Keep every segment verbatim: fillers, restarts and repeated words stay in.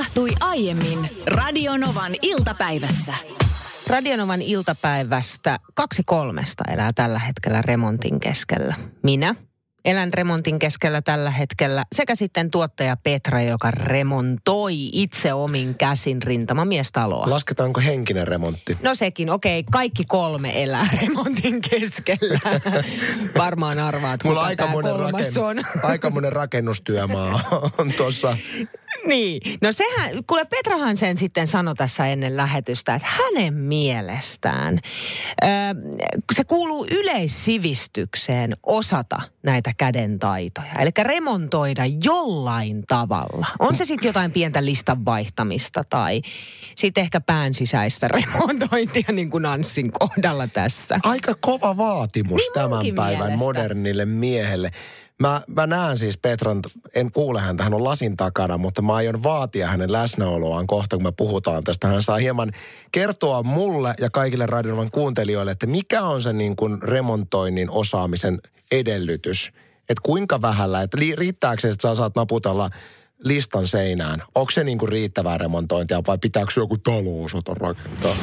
tapahtui aiemmin Radionovan iltapäivässä. Radionovan iltapäivästä kaksi kolmesta elää tällä hetkellä remontin keskellä. Minä elän remontin keskellä tällä hetkellä sekä sitten tuottaja Petra, joka remontoi itse omin käsin rintamamiestaloa. Lasketaanko henkinen remontti? No sekin, okei. Okay, kaikki kolme elää remontin keskellä. Varmaan arvaat, kuka tämä kolmas raken... on. Aikamoinen rakennustyömaa on tuossa. Niin. No sehän, kuule Petrahan sen sitten sanoi tässä ennen lähetystä, että hänen mielestään ö, se kuuluu yleissivistykseen osata näitä kädentaitoja. Eli remontoida jollain tavalla. On se sitten jotain pientä listan vaihtamista tai sitten ehkä pään sisäistä remontointia niin kuin Anssin kohdalla tässä. Aika kova vaatimus niin tämän päivän mielestä. Modernille miehelle. Mä, mä näen siis Petran, en kuule häntä, hän on lasin takana, mutta mä aion vaatia hänen läsnäoloaan kohta, kun me puhutaan tästä. Hän saa hieman kertoa mulle ja kaikille Radionovan kuuntelijoille, että mikä on se niin kuin remontoinnin osaamisen edellytys. Että kuinka vähällä, että riittääkö se, että sä osaat naputella listan seinään? Onko se niin kuin riittävää remontointia vai pitääkö joku talo osata rakentaa?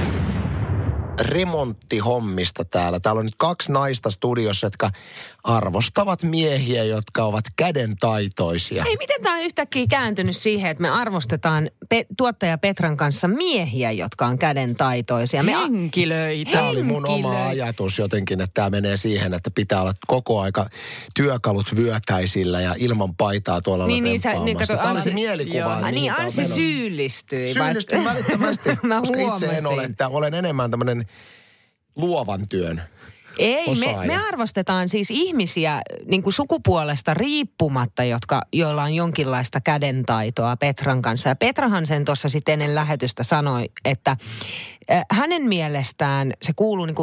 Remonttihommista täällä. Täällä on nyt kaksi naista studiossa, jotka arvostavat miehiä, jotka ovat kädentaitoisia. Ei, miten tämä on yhtäkkiä kääntynyt siihen, että me arvostetaan pe- tuottaja Petran kanssa miehiä, jotka on kädentaitoisia. Me Henkilöitä. Tämä oli mun oma ajatus jotenkin, että tämä menee siihen, että pitää olla koko aika työkalut vyötäisillä ja ilman paitaa tuolla niin, niin, sä, niin, kato, tämä oli se mielikuva. Joo, niin, niin Anssi syyllistyi. Syyllistyi välittömästi, koska itse en ole, että olen enemmän tämmöinen luovan työn Ei, me, me arvostetaan siis ihmisiä niin kuin sukupuolesta riippumatta, jotka, joilla on jonkinlaista kädentaitoa Petran kanssa. Ja Petrahan sen tuossa sitten ennen lähetystä sanoi, että äh, hänen mielestään se kuuluu niin kuin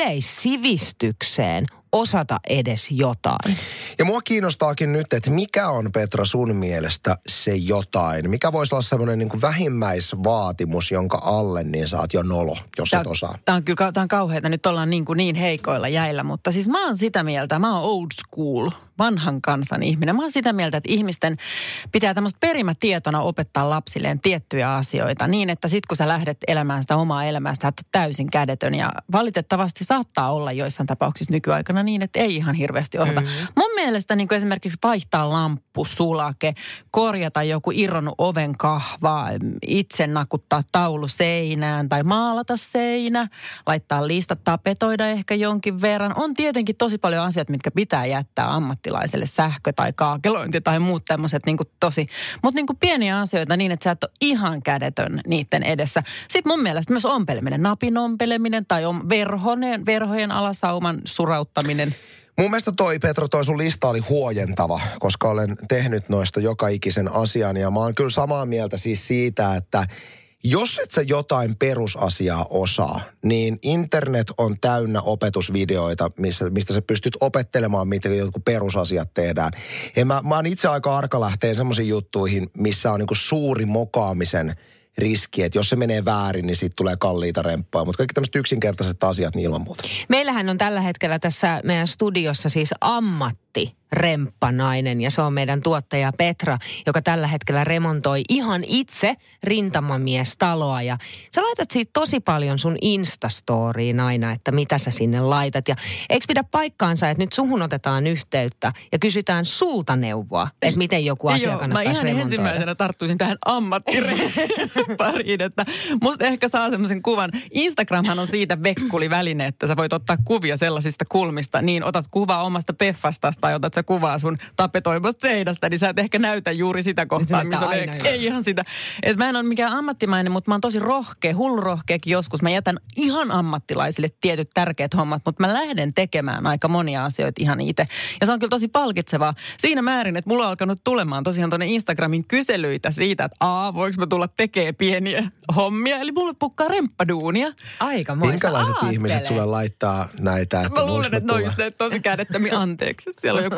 yleissivistykseen osata edes jotain. Ja mua kiinnostaakin nyt, että mikä on, Petra, sun mielestä se jotain? Mikä voisi olla semmoinen niin kuin vähimmäisvaatimus, jonka alle niin saat jo nolo, jos tää, et osaa? Tämä on kyllä tää on kauheata. Nyt ollaan niin, kuin niin heikoilla jäillä, mutta siis mä oon sitä mieltä, mä oon old school, vanhan kansan ihminen. Mä oon sitä mieltä, että ihmisten pitää tämmöistä perimätietona opettaa lapsilleen tiettyjä asioita niin, että sit kun sä lähdet elämään sitä omaa elämää, sä oot täysin kädetön. Ja valitettavasti saattaa olla joissain tapauksissa nykyaikana niin, että ei ihan hirveästi osata. Mm-hmm. Mun mielestä niin kuin esimerkiksi vaihtaa lamppu, sulake, korjata joku irronnut oven kahva, itse nakuttaa taulu seinään tai maalata seinä, laittaa listat, tapetoida ehkä jonkin verran. On tietenkin tosi paljon asioita, mitkä pitää jättää ammattilaiselle, sähkö tai kaakelointi tai muut tämmöiset niin kuin tosi, mutta niin kuin pieniä asioita niin, että sä et ole ihan kädetön niiden edessä. Sitten mun mielestä myös ompeleminen, napin ompeleminen tai on verhonen, verhojen alasauman surauttaminen. Mun mielestä toi, Petra, toi sun lista oli huojentava, koska olen tehnyt noista joka ikisen asian. Ja mä oon kyllä samaa mieltä siis siitä, että jos et sä jotain perusasiaa osaa, niin internet on täynnä opetusvideoita, missä, mistä sä pystyt opettelemaan, miten jotkut perusasiat tehdään. Ja mä, mä oon itse aika arka lähteen semmoisiin juttuihin, missä on niinku suuri mokaamisen riski, että jos se menee väärin, niin siitä tulee kalliita remppaa. Mutta kaikki tämmöiset yksinkertaiset asiat, niin ilman muuta. Meillähän on tällä hetkellä tässä meidän studiossa siis ammattiremppanainen, ja se on meidän tuottaja Petra, joka tällä hetkellä remontoi ihan itse rintamamiestaloa. Ja sä laitat siitä tosi paljon sun Instastoriin aina, että mitä sä sinne laitat. Ja eikö pidä paikkaansa, että nyt suhun otetaan yhteyttä ja kysytään sulta neuvoa, että miten joku asia Joo, kannattaisi remontoida? Mä ihan ensimmäisenä tarttuisin tähän ammattirempariin, että musta ehkä saa semmoisen kuvan. Instagramhan on siitä vekkuli-väline, että sä voit ottaa kuvia sellaisista kulmista, niin otat kuvaa omasta peffastasta tai otat sä kuvaa sun tapetoimasta seinästä, niin sä et ehkä näytä juuri sitä kohtaa, missä oli, ei ihan sitä. Et mä en ole mikään ammattimainen, mutta mä oon tosi rohkea, hullurohkeakin joskus. Mä jätän ihan ammattilaisille tietyt tärkeät hommat, mutta mä lähden tekemään aika monia asioita ihan itse. Ja se on kyllä tosi palkitsevaa siinä määrin, että mulla on alkanut tulemaan tosiaan tuonne Instagramin kyselyitä siitä, että aa, voiko mä tulla tekemään pieniä hommia. Eli mulle pukkaa remppaduunia. Aika moista. Minkälaiset Aattele. ihmiset sulle laittaa näitä? Että mä luulen, että ne on just tosi kädettömiä anteeksi. Siellä on joku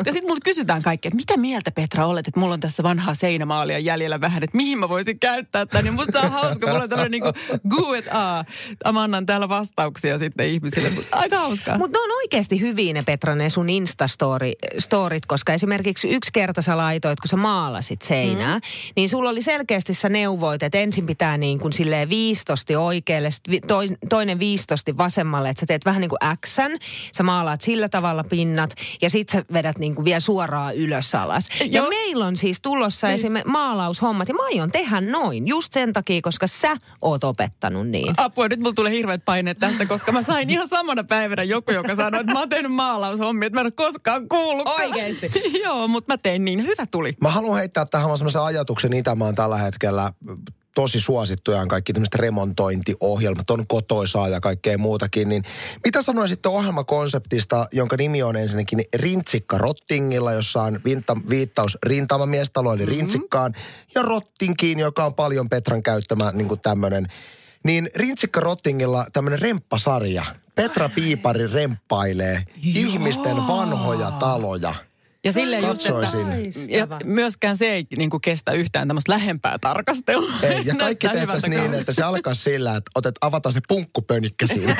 Ja sitten multa kysytään kaikki, että mitä mieltä Petra olet, että mulla on tässä vanhaa seinämaalia jäljellä vähän, että mihin mä voisin käyttää tämän. Niin musta on hauska, mulla on tämmöinen niin kuin gu et a. Mä annan täällä vastauksia sitten ihmisille, mutta aika hauskaa. Mutta ne on oikeasti hyviä ne Petra, ne sun Insta-storit, koska esimerkiksi yksi kerta sä laitoit, kun sä maalasit seinää, mm. niin sulla oli selkeästi sä neuvoit, että ensin pitää niin kuin silleen viistosti oikealle, toinen viistosti vasemmalle, että sä teet vähän niin kuin X:n, sä maalaat sillä tavalla pinnat ja sit sä vedät niin kuin vielä suoraan ylös alas. Ja Jos... meillä on siis tulossa niin. esimerkiksi maalaushommat ja mä aion tehdä noin, just sen takia, koska sä oot opettanut niin. Apua, nyt mulla tulee hirveät paineet tästä, koska mä sain ihan samana päivänä joku, joka sanoi, että mä oon tehnyt maalaushommia, että mä en ole koskaan kuullut. Oikeesti? Joo, mutta mä tein niin. Hyvä tuli. Mä haluan heittää tähän semmoisen ajatuksen, Itämaan tällä hetkellä tosi suosittuja on kaikki tämmöiset remontointiohjelmat, on kotoisaa ja kaikkea muutakin, niin mitä sanoisitte ohjelmakonseptista, jonka nimi on ensinnäkin Rintsikka Rottingilla, jossa on vinta, viittaus rintamamiestalo eli mm-hmm. Rintsikkaan, ja Rottinkiin, joka on paljon Petran käyttämä niin kuin tämmöinen, niin Rintsikka Rottingilla tämmöinen remppasarja. Petra Piipari remppailee Joo. ihmisten vanhoja taloja. Ja silleen just, että ja myöskään se ei niin kuin kestä yhtään tämmöistä lähempää tarkastelua. Ei, ja kaikki tehtäisiin niin, että se alkaa sillä, että otet, avataan se punkkupönikkä siinä.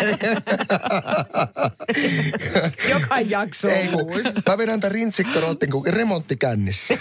Joka jakso on ei, kun, mä vedän tämän Rintsikka-Rottin kuin remonttikännissä.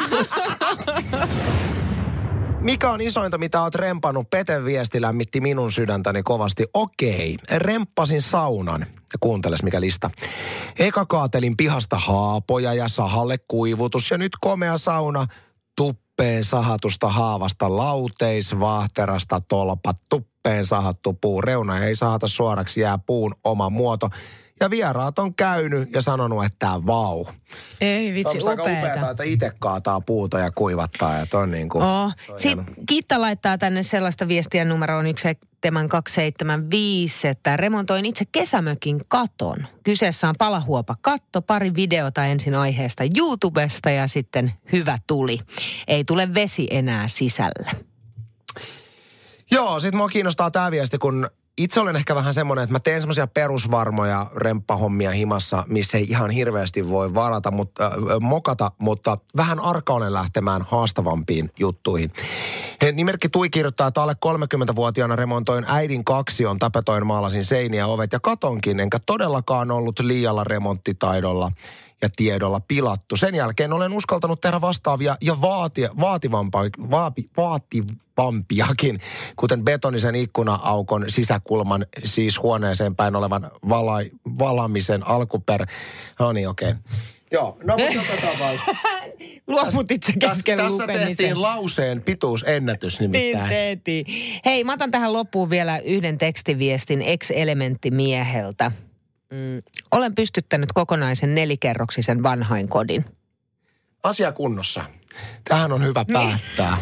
Mikä on isointa, mitä oot rempannut? Peten viesti lämmitti minun sydäntäni kovasti. Okei, remppasin saunan. Ja kuunteles mikä lista. Eka kaatelin pihasta haapoja ja sahalle kuivutus. Ja nyt komea sauna tuppeen sahatusta haavasta lauteis, vahterasta tolpat. Tuppeen sahattu puu. Reuna ei sahata suoraksi, jää puun oma muoto. Ja vieraat on käynyt ja sanonut, että vau. Ei vitsi, upeeta. Aika upeata, että itse kaataa puuta ja kuivattaa. Ja ton niin kuin, oh. Sitten Kitta laittaa tänne sellaista viestiä numeroon yksi seitsemän kaksi seitsemän viisi, että remontoin itse kesämökin katon. Kyseessä on palahuopa katto, pari videota ensin aiheesta YouTubesta ja sitten hyvä tuli. Ei tule vesi enää sisälle. Joo, sit mua kiinnostaa tää viesti, kun itse olen ehkä vähän semmoinen, että mä teen semmoisia perusvarmoja remppahommia himassa, missä ei ihan hirveästi voi varata, mutta, äh, mokata, mutta vähän arka olen lähtemään haastavampiin juttuihin. Nimerkki Tui kirjoittaa, että alle kolmekymmentävuotiaana remontoin äidin kaksion, tapetoin, maalasin seiniä, ovet ja katonkin, enkä todellakaan ollut liialla remonttitaidolla ja tiedolla pilattu. Sen jälkeen olen uskaltanut tehdä vastaavia ja vaati, vaativampia, vaapi, vaativampiakin, kuten betonisen ikkuna-aukon sisäkulman, siis huoneeseen päin olevan vala, valamisen alkuper. No niin, okei. Okay. Joo, no mutta joka tavalla. Luovutit se keskellä Tässä lukemisen. tehtiin lauseen pituusennätys nimittäin. Niin tehtiin. Hei, mä otan tähän loppuun vielä yhden tekstiviestin ex-elementtimieheltä. Mm, olen pystyttänyt kokonaisen nelikerroksisen vanhainkodin. Asia kunnossa. Tähän on hyvä päättää.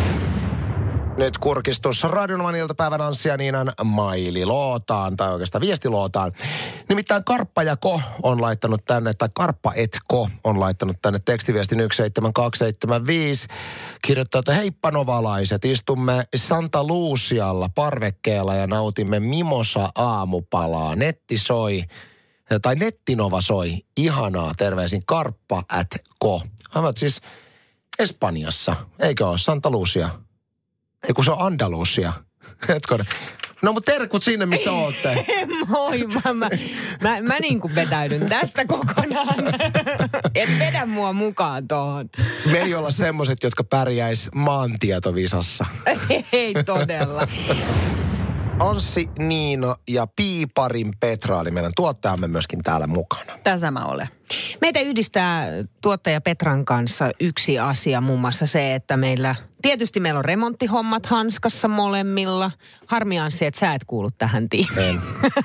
Nyt kurkistus Radionovan iltapäivän Anssi ja Niinan maililootaan, tai oikeastaan viestilootaan. Nimittäin Karppa ja Ko on laittanut tänne, tai Karppa et Ko on laittanut tänne tekstiviestin yksi seitsemän kaksi seitsemän viisi. Kirjoittaa, että heippa novalaiset, istumme Santa Lucialla parvekkeella ja nautimme mimosa aamupalaa. Netti soi, tai nettinova soi. Ihanaa, terveisin Karppa at Ko. Aivat siis Espanjassa, eikö ole Santa Lucia? Ei kun se on Andalusia. Hetkonen. No mutta terkut sinne, missä ootte. Moi, mä, mä, mä, mä niin kuin vetäydyn tästä kokonaan. Et vedä mua mukaan tuohon. Me ei olla semmoiset, jotka pärjäis maantietovisassa. Ei todella. Anssi, Niina ja Piiparin Petra oli meidän tuottajamme myöskin täällä mukana. Tässä mä olen. Meitä yhdistää tuottaja Petran kanssa yksi asia, muun muassa se, että meillä, tietysti meillä on remonttihommat hanskassa molemmilla. Harmi Anssi, että sä et kuulu tähän tiimiin.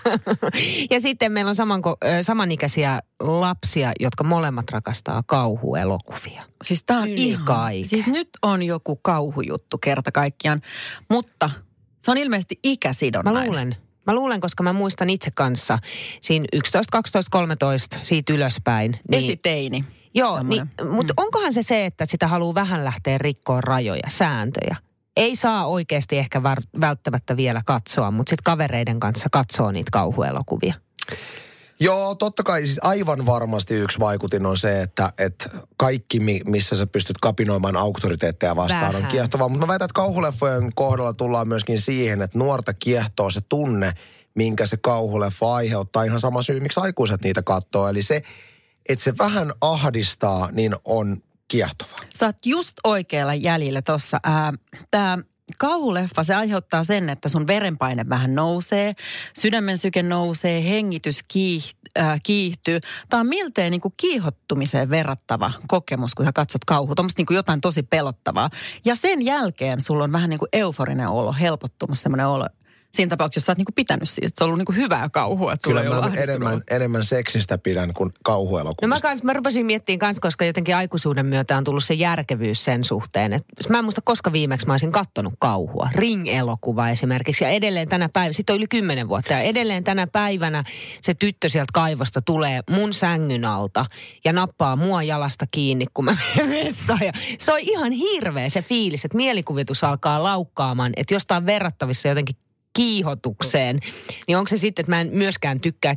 Ja sitten meillä on samanko, samanikäisiä lapsia, jotka molemmat rakastaa kauhuelokuvia. Siis tää on ihan, siis nyt on joku kauhujuttu kerta kaikkiaan, mutta se on ilmeisesti ikäsidonnainen. Mä luulen. Mä luulen, koska mä muistan itse kanssa siinä yksitoista, kaksitoista, kolmetoista siitä ylöspäin. Niin, esiteini. Joo, niin, mutta mm. onkohan se se, että sitä haluaa vähän lähteä rikkoon rajoja, sääntöjä? Ei saa oikeasti ehkä var- välttämättä vielä katsoa, mutta sitten kavereiden kanssa katsoo niitä kauhuelokuvia. Joo, totta kai siis aivan varmasti yksi vaikutin on se, että, että kaikki, missä sä pystyt kapinoimaan auktoriteetteja vastaan Vähän. on kiehtovaa. Mutta mä väitän, että kauhuleffojen kohdalla tullaan myöskin siihen, että nuorta kiehtoo se tunne, minkä se kauhuleffa aiheuttaa. Ihan sama syy, miksi aikuiset niitä katsoo. Eli se, että se vähän ahdistaa, niin on kiehtovaa. Sä oot just oikealla jäljellä tossa. Tämä kauhuleffa, se aiheuttaa sen, että sun verenpaine vähän nousee, sydämen syke nousee, hengitys kiihtyy. Tämä on miltei niin kuin kiihottumiseen verrattava kokemus, kun sä katsot kauhua. Tuommoista niin kuin jotain tosi pelottavaa. Ja sen jälkeen sulla on vähän niin kuin euforinen olo, helpottunut semmoinen olo. Siinä tapauksessa, jos sä oot niinku pitänyt siitä, että se on ollut niinku hyvää kauhua, että sulla Kyllä ei mä ole enemmän, enemmän seksistä pidän kuin kauhuelokuvista. No mä, kans, mä rupesin miettimään kans, koska jotenkin aikuisuuden myötä on tullut se järkevyys sen suhteen. Että mä en muista, koska viimeksi mä olisin kattonut kauhua. Ring-elokuva esimerkiksi. Ja edelleen tänä päivänä, sitten on yli kymmenen vuotta. Ja edelleen tänä päivänä se tyttö sieltä kaivosta tulee mun sängyn alta ja nappaa mua jalasta kiinni, kun mä menen vessaan. Ja se on ihan hirveä se fiilis, että mielikuvitus alkaa laukkaamaan, että jostain verrattavissa jotenkin kiihotukseen, niin onko se sitten, että mä en myöskään tykkää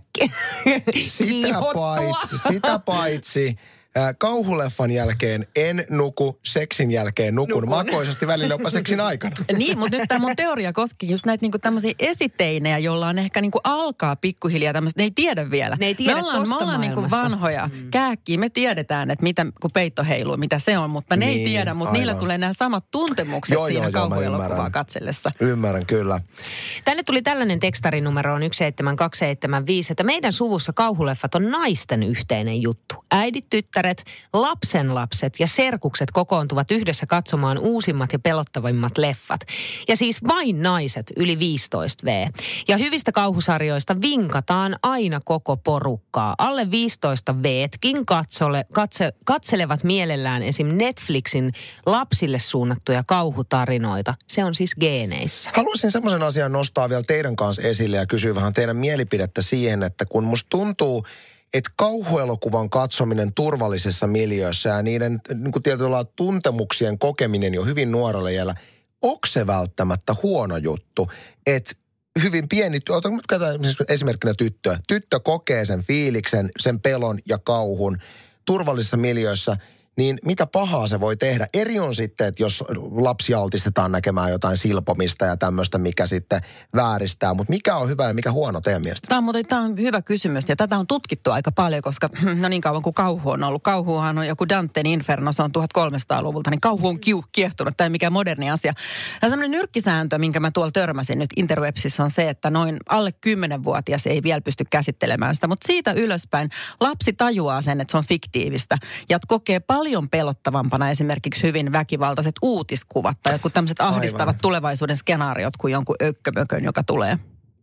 sitä paitsi, sitä paitsi. Äh, kauhuleffan jälkeen en nuku, seksin jälkeen nukun. nukun. Makoisesti välillä jopa seksin aikana. Niin, mutta nyt tämä mun teoria koski just näitä niinku tämmöisiä esiteinejä, joilla on ehkä niinku alkaa pikkuhiljaa tämmöistä, ne ei tiedä vielä. Ne ei tiedä me ollaan, me ollaan niinku vanhoja mm. kääkkiä, me tiedetään, että mitä, kun peitto heiluu, mitä se on, mutta ne niin, ei tiedä, mutta aivan. niillä tulee nämä samat tuntemukset joo, siinä kauhuelokuvaa katsellessa. Ymmärrän, kyllä. Tänne tuli tällainen tekstarinumero on yksi seitsemän kaksi seitsemän viisi, että meidän suvussa kauhuleffat on naisten yhteinen juttu. Äidit, tyttäret, lapsenlapset ja serkukset kokoontuvat yhdessä katsomaan uusimmat ja pelottavimmat leffat. Ja siis vain naiset yli viisitoista vuotias. Ja hyvistä kauhusarjoista vinkataan aina koko porukkaa. Alle viisitoista vuotiaatkin katsole, katse, katselevat mielellään esim. Netflixin lapsille suunnattuja kauhutarinoita. Se on siis geeneissä. Haluaisin semmoisen asian nostaa vielä teidän kanssa esille ja kysyä vähän teidän mielipidettä siihen, että kun musta tuntuu, että kauhuelokuvan katsominen turvallisessa miljöössä ja niiden niin kuin tietyllä tuntemuksien kokeminen jo hyvin nuorelle iällä, onko se välttämättä huono juttu? Että hyvin pieni, otan esimerkkinä tyttö. Tyttö kokee sen fiiliksen, sen pelon ja kauhun turvallisessa miljöössä, niin mitä pahaa se voi tehdä? Eri on sitten, että jos lapsia altistetaan näkemään jotain silpomista ja tämmöistä, mikä sitten vääristää. Mutta mikä on hyvä ja mikä huono teidän mielestä? Tämä on, mutta tämä on hyvä kysymys ja tätä on tutkittu aika paljon, koska no niin kauan kuin kauhu on ollut. Kauhuhan on joku Danten Inferno, se on tuhatkolmesataaluvulta, niin kauhu on kiu, kiehtunut tai mikä moderni asia. Ja semmoinen nyrkkisääntö, minkä mä tuolla törmäsin nyt interwebsissä on se, että noin alle kymmenvuotias ei vielä pysty käsittelemään sitä. Mutta siitä ylöspäin lapsi tajuaa sen, että se on fiktiivistä ja kokee paljon paljon pelottavampana esimerkiksi hyvin väkivaltaiset uutiskuvat tai jotkut tämmöiset ahdistavat aivan. tulevaisuuden skenaariot kuin jonkun ökkömökön, joka tulee.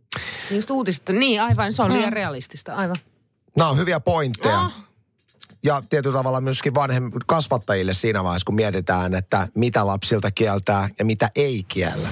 Just uutiset, niin aivan, se on liian mm. realistista, aivan. Nämä on hyviä pointteja. Oh. Ja tietyllä tavalla myöskin vanhem kasvattajille siinä vaiheessa, kun mietitään, että mitä lapsilta kieltää ja mitä ei kiellä.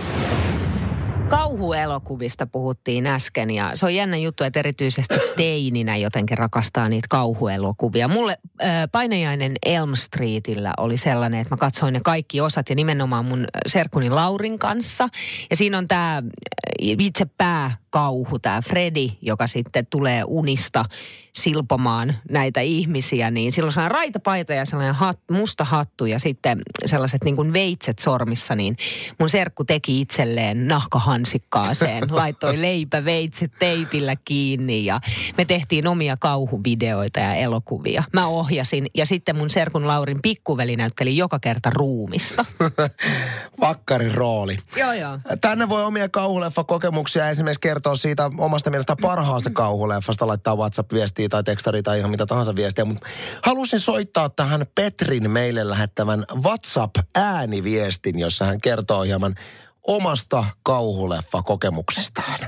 Kauhuelokuvista puhuttiin äsken ja se on jännä juttu, että erityisesti teininä jotenkin rakastaa niitä kauhuelokuvia. Mulle äh, painajainen Elm Streetillä oli sellainen, että mä katsoin ne kaikki osat ja nimenomaan mun serkkuni Laurin kanssa. Ja siinä on tää itse pääkauhu, tää Freddy, joka sitten tulee unista silpomaan näitä ihmisiä, niin silloin sellainen raitapaita ja sellainen hat, musta hattu ja sitten sellaiset niin kuin veitset sormissa, niin mun serkku teki itselleen nahkahansikkaaseen, laittoi leipäveitset teipillä kiinni ja me tehtiin omia kauhuvideoita ja elokuvia. Mä ohjasin ja sitten mun serkun Laurin pikkuveli näytteli joka kerta ruumista. Vakkarin rooli. Joo, joo. Tänne voi omia kauhuleffa-kokemuksia esimerkiksi kertoa siitä omasta mielestä parhaasta kauhuleffasta, laittaa WhatsApp-viestiä tai tekstaria tai ihan mitä tahansa viestiä, mutta halusin soittaa tähän Petrin meille lähettävän WhatsApp-ääniviestin, jossa hän kertoo hieman omasta kauhuleffa-kokemuksestaan.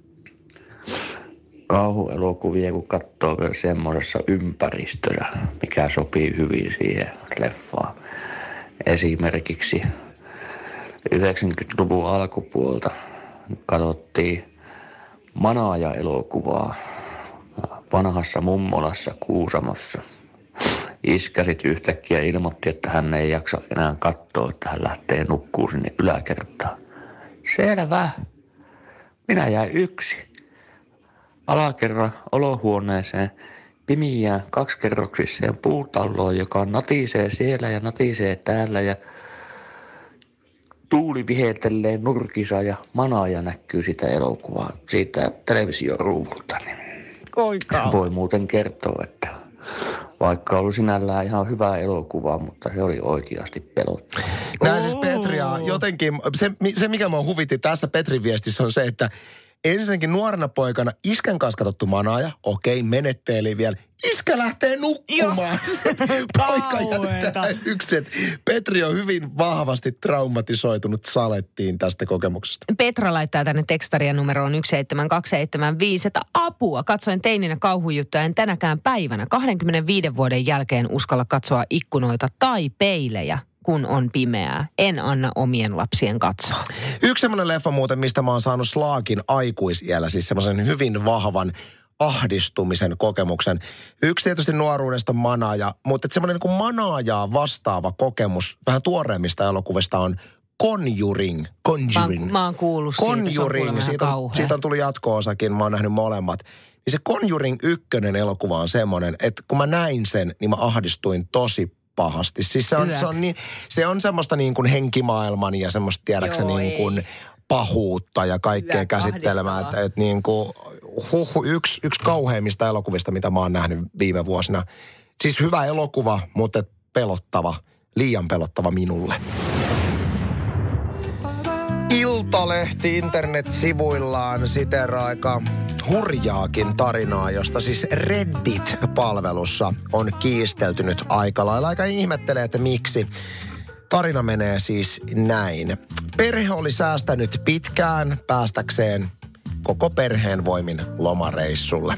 Kauhuelokuvia, kun katsoo vielä semmoisessa ympäristössä, mikä sopii hyvin siihen leffaan. Esimerkiksi yhdeksänkymmentäluvun alkupuolta katsottiin Manaaja-elokuvaa vanhassa mummolassa Kuusamossa. Iskä sitten yhtäkkiä ilmoitti, että hän ei jaksa enää katsoa, että hän lähtee nukkuu sinne yläkertaan. Selvä. Minä jäin yksi. alakerran olohuoneeseen pimiään kaksikerroksiseen puutalloon, joka natisee siellä ja natisee täällä ja tuuli viheltelee nurkissa ja manaaja näkyy sitä elokuvaa siitä televisioruuvulta. Niin voi muuten kertoa, että vaikka oli sinällään ihan hyvä elokuva, mutta se oli oikeasti pelottava. Näin siis Petria, jotenkin, se, se mikä mua huvitti tässä Petrin viestissä on se, että ensinnäkin nuorena poikana iskän kanssa katsottu manaaja, okei, menetteeli vielä. Iskä lähtee nukkumaan. Poika jättää yksin. Petri on hyvin vahvasti traumatisoitunut salettiin tästä kokemuksesta. Petra laittaa tänne tekstaria numeroon yksi seitsemän kaksi seitsemän viisi, että apua. Katsoin teininä kauhujuttuja, en tänäkään päivänä kaksikymmentäviisi vuoden jälkeen uskalla katsoa ikkunoita tai peilejä, kun on pimeää. En anna omien lapsien katsoa. Yksi semmoinen leffa muuten, mistä mä oon saanut slaakin aikuisiällä, siis semmoisen hyvin vahvan ahdistumisen kokemuksen. Yksi tietysti nuoruudesta on Manaaja, mutta semmoinen niin kuin Manaajaa vastaava kokemus vähän tuoreimmista elokuvista on Conjuring. Conjuring. Mä, mä oon kuullut siitä, Conjuring. Se on siitä, on, siitä on tullut jatko-osakin, mä oon nähnyt molemmat. Niin se Conjuring ykkönen elokuva on semmoinen, että kun mä näin sen, niin mä ahdistuin tosi pahasti. Siis se on, se on, niin, se on semmoista niin kuin henkimaailman ja semmoista tiedäksä niin kuin pahuutta ja kaikkea Hyvä, käsittelemään. Että, että niin kuin, huh, yksi, yksi kauheimmista elokuvista, mitä mä oon nähnyt viime vuosina. Siis hyvä elokuva, mutta pelottava, liian pelottava minulle. Iltalehti internetsivuillaan siteraa aika hurjaakin tarinaa, josta siis Reddit-palvelussa on kiisteltynyt aika lailla. Aika ihmettelee, että miksi. Tarina menee siis näin. Perhe oli säästänyt pitkään päästäkseen koko perheen voimin lomareissulle.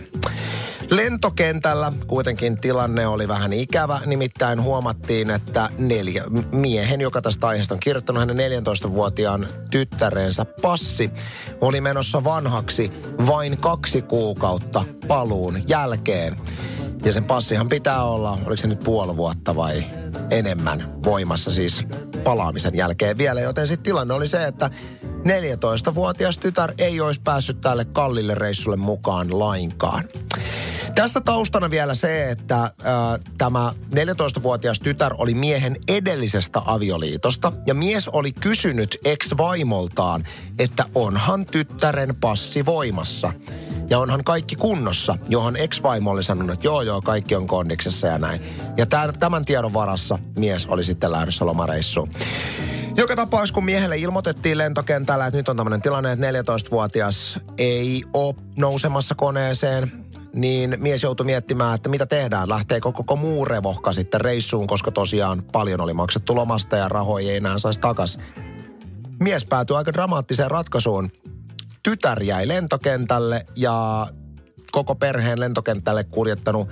Lentokentällä kuitenkin tilanne oli vähän ikävä, nimittäin huomattiin, että neljä, miehen, joka tästä aiheesta on kirjoittanut hänen neljätoistavuotiaan tyttärensä passi, oli menossa vanhaksi vain kaksi kuukautta paluun jälkeen. Ja sen passihan pitää olla, oliko se nyt puoli vuotta vai enemmän voimassa siis palaamisen jälkeen vielä, joten sitten tilanne oli se, että neljätoistavuotias tytär ei olisi päässyt tälle kallille reissulle mukaan lainkaan. Tässä taustana vielä se, että äh, tämä neljätoistavuotias tytär oli miehen edellisestä avioliitosta ja mies oli kysynyt ex-vaimoltaan, että onhan tyttären passi voimassa ja onhan kaikki kunnossa, johon ex-vaimo oli sanonut, että joo joo, kaikki on kondiksessa ja näin. Ja tämän tiedon varassa mies oli sitten lähdössä lomareissuun. Joka tapauksessa, kun miehelle ilmoitettiin lentokentällä, että nyt on tämmöinen tilanne, että neljätoistavuotias ei ole nousemassa koneeseen, niin mies joutui miettimään, että mitä tehdään. Lähteekö koko muu revohka sitten reissuun, koska tosiaan paljon oli maksettu lomasta ja rahoja ei enää saisi takas. Mies päätyi aika dramaattiseen ratkaisuun. Tytär jäi lentokentälle ja koko perheen lentokentälle kuljettanut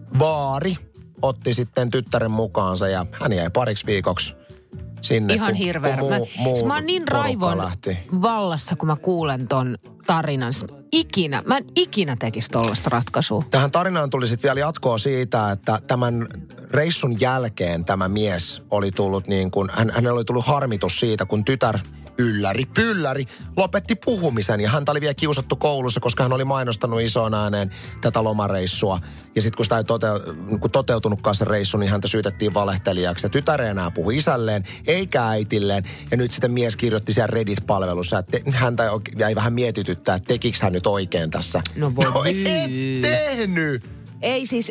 vaari otti sitten tyttären mukaansa ja hän jäi pariksi viikoksi sinne. Ihan hirveä. Mä, muu mä oon niin raivon lähti. vallassa, kun mä kuulen ton tarinan. Ikinä, mä en ikinä tekisi tollaista ratkaisua. Tähän tarinaan tuli sitten vielä jatkoa siitä, että tämän reissun jälkeen tämä mies oli tullut niin kuin, hän, hänellä oli tullut harmitus siitä, kun tytär ylläri, pylläri, lopetti puhumisen ja häntä oli vielä kiusattu koulussa, koska hän oli mainostanut isoon ääneen tätä lomareissua. Ja sitten kun sitä ei tote- kun toteutunutkaan se reissu, niin häntä syytettiin valehtelijaksi. Ja tytär ei enää puhu isälleen, eikä äitilleen. Ja nyt sitten mies kirjoitti siellä Reddit-palvelussa, että häntä jäi vähän mietityttää, että tekikö hän nyt oikein tässä. No voi no et tehnyt! Ei siis,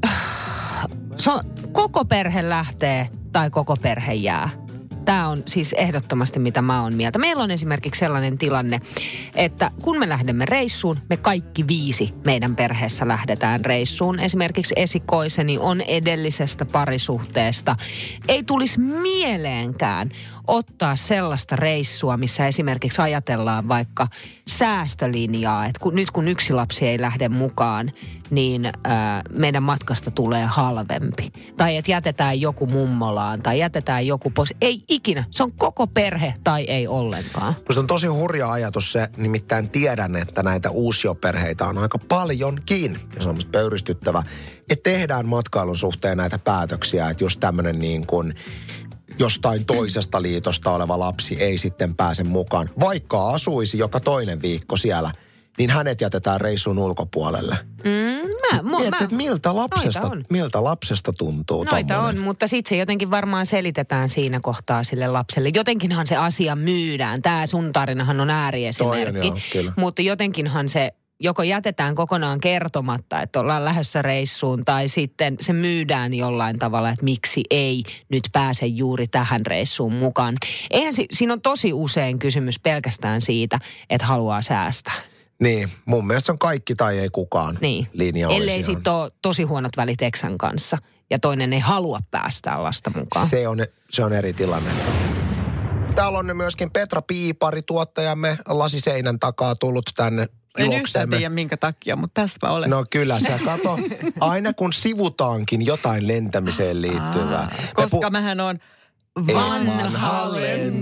se on, koko perhe lähtee tai koko perhe jää. Tämä on siis ehdottomasti, mitä mä oon mieltä. Meillä on esimerkiksi sellainen tilanne, että kun me lähdemme reissuun, me kaikki viisi meidän perheessä lähdetään reissuun. Esimerkiksi esikoiseni on edellisestä parisuhteesta. Ei tulisi mieleenkään ottaa sellaista reissua, missä esimerkiksi ajatellaan vaikka säästölinjaa, että kun, nyt kun yksi lapsi ei lähde mukaan, niin ää, meidän matkasta tulee halvempi. Tai että jätetään joku mummolaan tai jätetään joku pois. Ei ikinä. Se on koko perhe tai ei ollenkaan. Minusta on tosi hurja ajatus se, nimittäin tiedän, että näitä uusioperheitä on aika paljonkin. Ja se on musta pöyristyttävä, että tehdään matkailun suhteen näitä päätöksiä, että just tämmöinen niin kuin jostain toisesta liitosta oleva lapsi ei sitten pääse mukaan, vaikka asuisi joka toinen viikko siellä. niin hänet jätetään reissun ulkopuolelle. Mm, mä, mä, Mietit, että miltä lapsesta, on. miltä lapsesta tuntuu Noita tommonen. on, mutta sitten se jotenkin varmaan selitetään siinä kohtaa sille lapselle. Jotenkinhan se asia myydään. Tämä sun tarinahan on ääriesimerkki. Toi on, joo, mutta jotenkinhan se joko jätetään kokonaan kertomatta, että ollaan lähdössä reissuun, tai sitten se myydään jollain tavalla, että miksi ei nyt pääse juuri tähän reissuun mukaan. Eihän si- siinä on tosi usein kysymys pelkästään siitä, että haluaa säästää. Niin, mun mielestä se on kaikki tai ei kukaan Niin. linja olisi Ellei ihan. sitten ole tosi huonot välit eksän kanssa ja toinen ei halua päästää lasta mukaan. Se on, se on eri tilanne. Täällä on myöskin Petra Piipari, tuottajamme lasiseinän takaa tullut tänne En yhtään juokseemme. tiedä minkä takia, mutta tässä mä olen. No kyllä, sä kato, aina kun sivutaankin jotain lentämiseen liittyvää. Aa, Me koska pu- mähän on vanha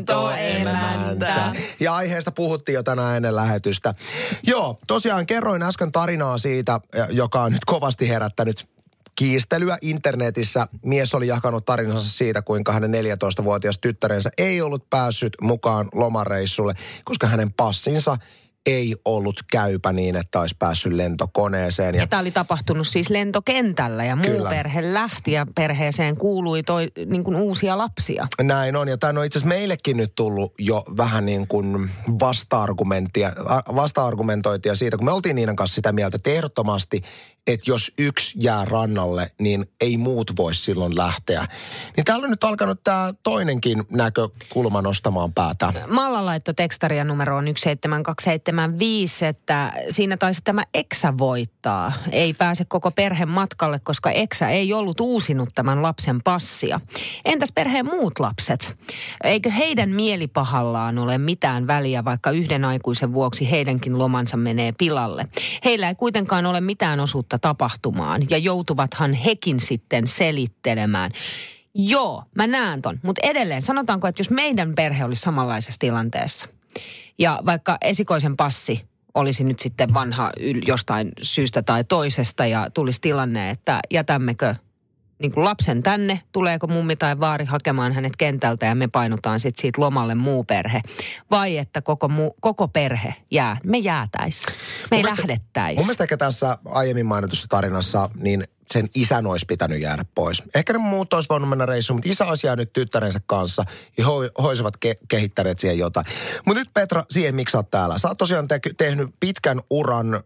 lentoemäntä. Ja aiheesta puhuttiin jo tänään ennen lähetystä. Joo, tosiaan kerroin äsken tarinaa siitä, joka on nyt kovasti herättänyt kiistelyä internetissä. Mies oli jakanut tarinansa siitä, kuinka hänen neljätoistavuotias tyttärensä ei ollut päässyt mukaan lomareissulle, koska hänen passinsa ei ollut käypä niin, että olisi päässyt lentokoneeseen. Ja tämä oli tapahtunut siis lentokentällä ja muu Kyllä. perhe lähti ja perheeseen kuului toi, niin kuin uusia lapsia. Näin on, ja tämä on itse asiassa meillekin nyt tullut jo vähän niin kuin vasta-argumenttia, vasta-argumentointia siitä, kun me oltiin Niinan kanssa sitä mieltä, että ehdottomasti, että jos yksi jää rannalle, niin ei muut voi silloin lähteä. Niin täällä on nyt alkanut tämä toinenkin näkökulma nostamaan päätä. Malla laittoi tekstaria numeroon yksi seitsemän kaksi seitsemän viisi, että siinä taisi tämä eksä voittaa. Ei pääse koko perhe matkalle, koska eksä ei ollut uusinut tämän lapsen passia. Entäs perheen muut lapset? Eikö heidän mielipahallaan ole mitään väliä, vaikka yhden aikuisen vuoksi heidänkin lomansa menee pilalle? Heillä ei kuitenkaan ole mitään osuutta tapahtumaan ja joutuvathan hekin sitten selittelemään. Joo, mä näen ton, mutta edelleen sanotaanko, että jos meidän perhe olisi samanlaisessa tilanteessa ja vaikka esikoisen passi olisi nyt sitten vanha yl- jostain syystä tai toisesta ja tulisi tilanne, että jätämmekö niin kuin lapsen tänne, tuleeko mummi tai vaari hakemaan hänet kentältä ja me painutaan sitten siitä lomalle muu perhe. Vai että koko, muu, koko perhe jää, me jäätäis, me ei lähdettäis. Mun mielestä ehkä tässä aiemmin mainitussa tarinassa, niin sen isän olisi pitänyt jäädä pois. Ehkä ne muut olisi voinut mennä reissuun, mutta isä olisi jäänyt tyttärensä kanssa ja he olisivat ke- kehittäneet siihen jotain. Mutta nyt Petra, siihen miksi sä oot täällä? Sä oot tosiaan te- tehnyt pitkän uran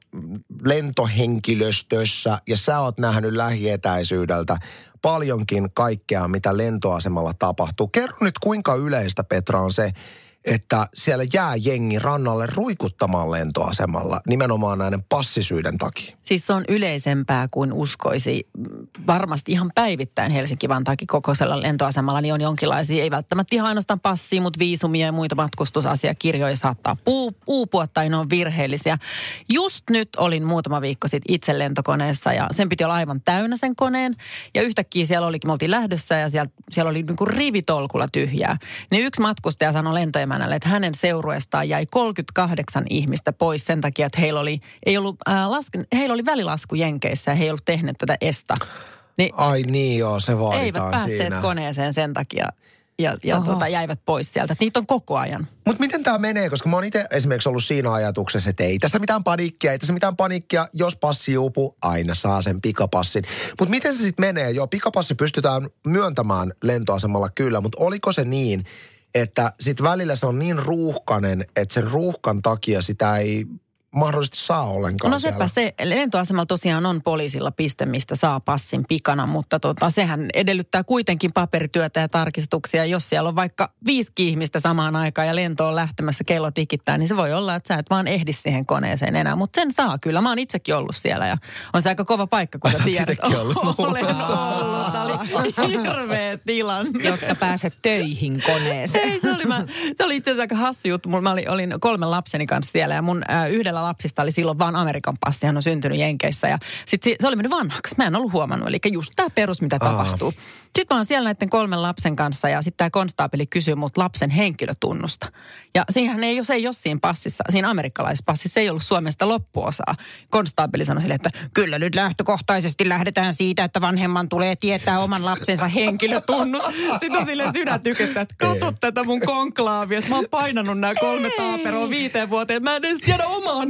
lentohenkilöstössä ja sä oot nähnyt lähietäisyydeltä paljonkin kaikkea, mitä lentoasemalla tapahtuu. Kerro nyt, kuinka yleistä, Petra, on se, että siellä jää jengi rannalle ruikuttamaan lentoasemalla nimenomaan näiden passisyiden takia. Siis se on yleisempää kuin uskoisi. Varmasti ihan päivittäin Helsinki-Vantaakin kokoisella lentoasemalla niin on jonkinlaisia, ei välttämättä ihan ainoastaan passia, mutta viisumia ja muita matkustusasiakirjoja saattaa puu, uupua tai ne on virheellisiä. Just nyt olin muutama viikko sitten itse lentokoneessa ja sen piti olla aivan täynnä sen koneen. Ja yhtäkkiä siellä olikin, me oltiin lähdössä ja siellä, siellä oli niin kuin rivitolkulla tyhjää. Niin yksi matkustaja sanoi lentoemänälle, että hänen seurueestaan jäi kolmekymmentäkahdeksan ihmistä pois sen takia, että heillä oli, ei ollut, äh, lasken, heillä oli välilasku Jenkeissä ja he ei ollut tehneet tätä ESTA. Niin Ai niin joo, se vaaditaan eivät päässeet siinä. koneeseen sen takia ja, ja tota, jäivät pois sieltä. Että niitä on koko ajan. Mutta miten tämä menee? Koska mä oon itse esimerkiksi ollut siinä ajatuksessa, että ei tässä mitään paniikkia, ei tässä mitään paniikkia. Jos passi uupuu, aina saa sen pikapassin. Mutta miten se sitten menee? Joo, pikapassi pystytään myöntämään lentoasemalla kyllä, mutta oliko se niin, että sitten välillä se on niin ruuhkainen, että sen ruuhkan takia sitä ei mahdollisesti saa ollenkaan No sepä siellä. se, lentoasemalla tosiaan on poliisilla piste, mistä saa passin pikana, mutta tota, sehän edellyttää kuitenkin paperityötä ja tarkistuksia. Jos siellä on vaikka viisi ihmistä samaan aikaan ja lento on lähtemässä, kello tikittää, niin se voi olla, että sä et vaan ehdi siihen koneeseen enää. Mutta sen saa kyllä. Mä oon itsekin ollut siellä ja on se aika kova paikka, kun Ai, sä sä oot tiedät. itekin ollut. Olen ollut. Tämä oli hirveä tilanne. Jotta pääset töihin koneeseen. Ei, se oli, mä, se oli itse asiassa aika hassu juttu. Mä olin, olin kolmen lapseni kanssa siellä ja mun äh, yhdellä lapsista oli silloin vaan Amerikan passi. Hän on syntynyt Jenkeissä ja sitten se, se oli mennyt vanhaksi. Mä en ollut huomannut. Eli just tämä perus, mitä Aa. tapahtuu. Sitten mä oon siellä näiden kolmen lapsen kanssa ja sitten tämä konstaapeli kysyy mut lapsen henkilötunnusta. Ja siinähän ei, jos ei ole siinä passissa, siinä amerikkalaisessa passissa ei ollut Suomesta loppuosaa. Konstaapeli sanoi sille, että kyllä nyt lähtökohtaisesti lähdetään siitä, että vanhemman tulee tietää oman lapsensa henkilötunnus. Sitten on silleen sydän tykyttä, että kato tätä mun konklaavia. Mä oon painanut nämä kolme taaperoa viiteen vuoteen. Mä en edes tiedä omaa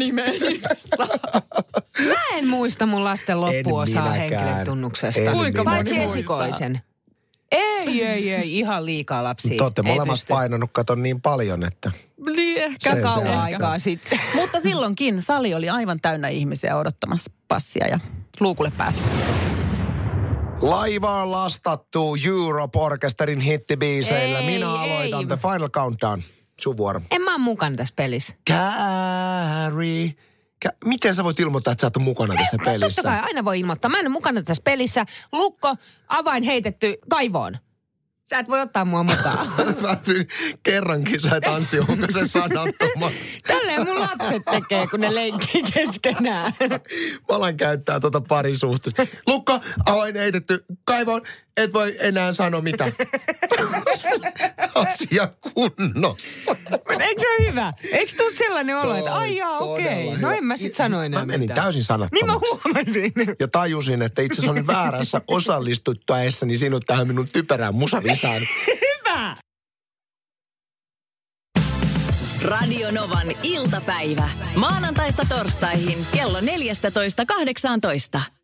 nimeä nimessä. Mä en muista mun lasten loppuosaa henkilötunnuksesta. Kuinka paitsi esikoisen. Ei, ei, ei. Ihan liikaa lapsia. Te olette molemmat painanut katon niin paljon, että... Niin ehkä se, kauan se aikaa sitten. Mutta silloinkin sali oli aivan täynnä ihmisiä odottamassa passia ja luukulle pääsy. Laiva on lastattu Europe-orkesterin hittibiiseillä. Ei, Minä aloitan ei. The Final Countdown. Sun vuoro. En mä ole mukana tässä pelissä. Carrie. Kä- Miten sä voit ilmoittaa, että sä oot mukana tässä No, pelissä? totta kai, aina voi ilmoittaa. Mä en ole mukana tässä pelissä. Lukko, avain heitetty kaivoon. Sä et voi ottaa mua mukaan. Mä kerrankin sä et Anssi Honkasen sanattomaksi. Tälleen mun lapset tekee, kun ne leikkii keskenään. Mä alan käyttää tuota parisuhteesta. Lukko, avain heitetty kaivoon, et voi enää sanoa mitä. Asia kunnossa. Eikö se ole hyvä? Eikö tuu sellainen olo, että ai jaa, okei. Okay. No en mä sit sano enää Mä menin mitään. täysin sanattomaksi. Niin mä huomasin. Ja tajusin, että itse asiassa on väärässä osallistuttaessani sinut tähän minun typerään musavisaan. Hyvä! Radio Novan iltapäivä. Maanantaista torstaihin kello neljätoista kahdeksantoista.